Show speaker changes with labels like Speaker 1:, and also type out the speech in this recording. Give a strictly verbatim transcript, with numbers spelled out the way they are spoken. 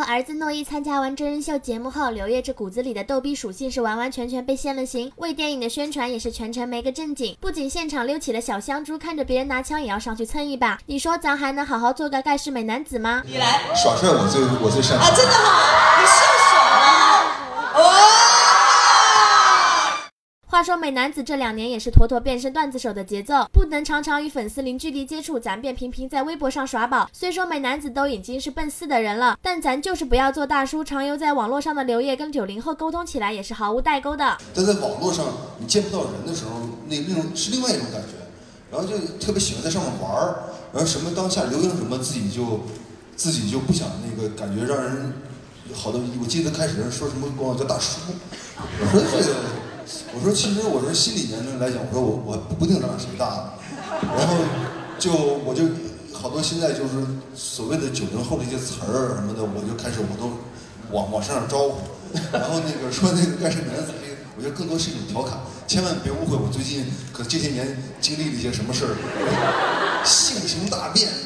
Speaker 1: 和儿子诺一参加完真人秀节目后，刘烨这骨子里的逗逼属性是完完全全被现了形，为电影的宣传也是全程没个正经，不仅现场溜起了小香猪，看着别人拿枪也要上去蹭一把，你说咱还能好好做个盖世美男子吗？
Speaker 2: 你来
Speaker 3: 耍帅我最我最擅长
Speaker 2: 啊，真的好，你射手啊，哦。
Speaker 1: 话说美男子这两年也是妥妥变身段子手的节奏，不能常常与粉丝零距离接触，咱便频频在微博上耍宝。虽说美男子都已经是奔四的人了，但咱就是不要做大叔。常游在网络上的刘烨跟九零后沟通起来也是毫无代沟的。
Speaker 3: 但在网络上你见不到人的时候，那那种是另外一种感觉，然后就特别喜欢在上面玩儿，然后什么当下流行什么自己就自己就不想那个感觉让人好的。我记得开始人说什么管我叫大叔，我说这个。我说其实我说心理年龄来讲，我说我我不一定长谁大，然后就我就好多现在就是所谓的九零后的一些词儿什么的，我就开始我都往往身上招呼，然后那个说那个盖世美男子，我觉得更多是一种调侃，千万别误会我最近可这些年经历了一些什么事儿，性情大变，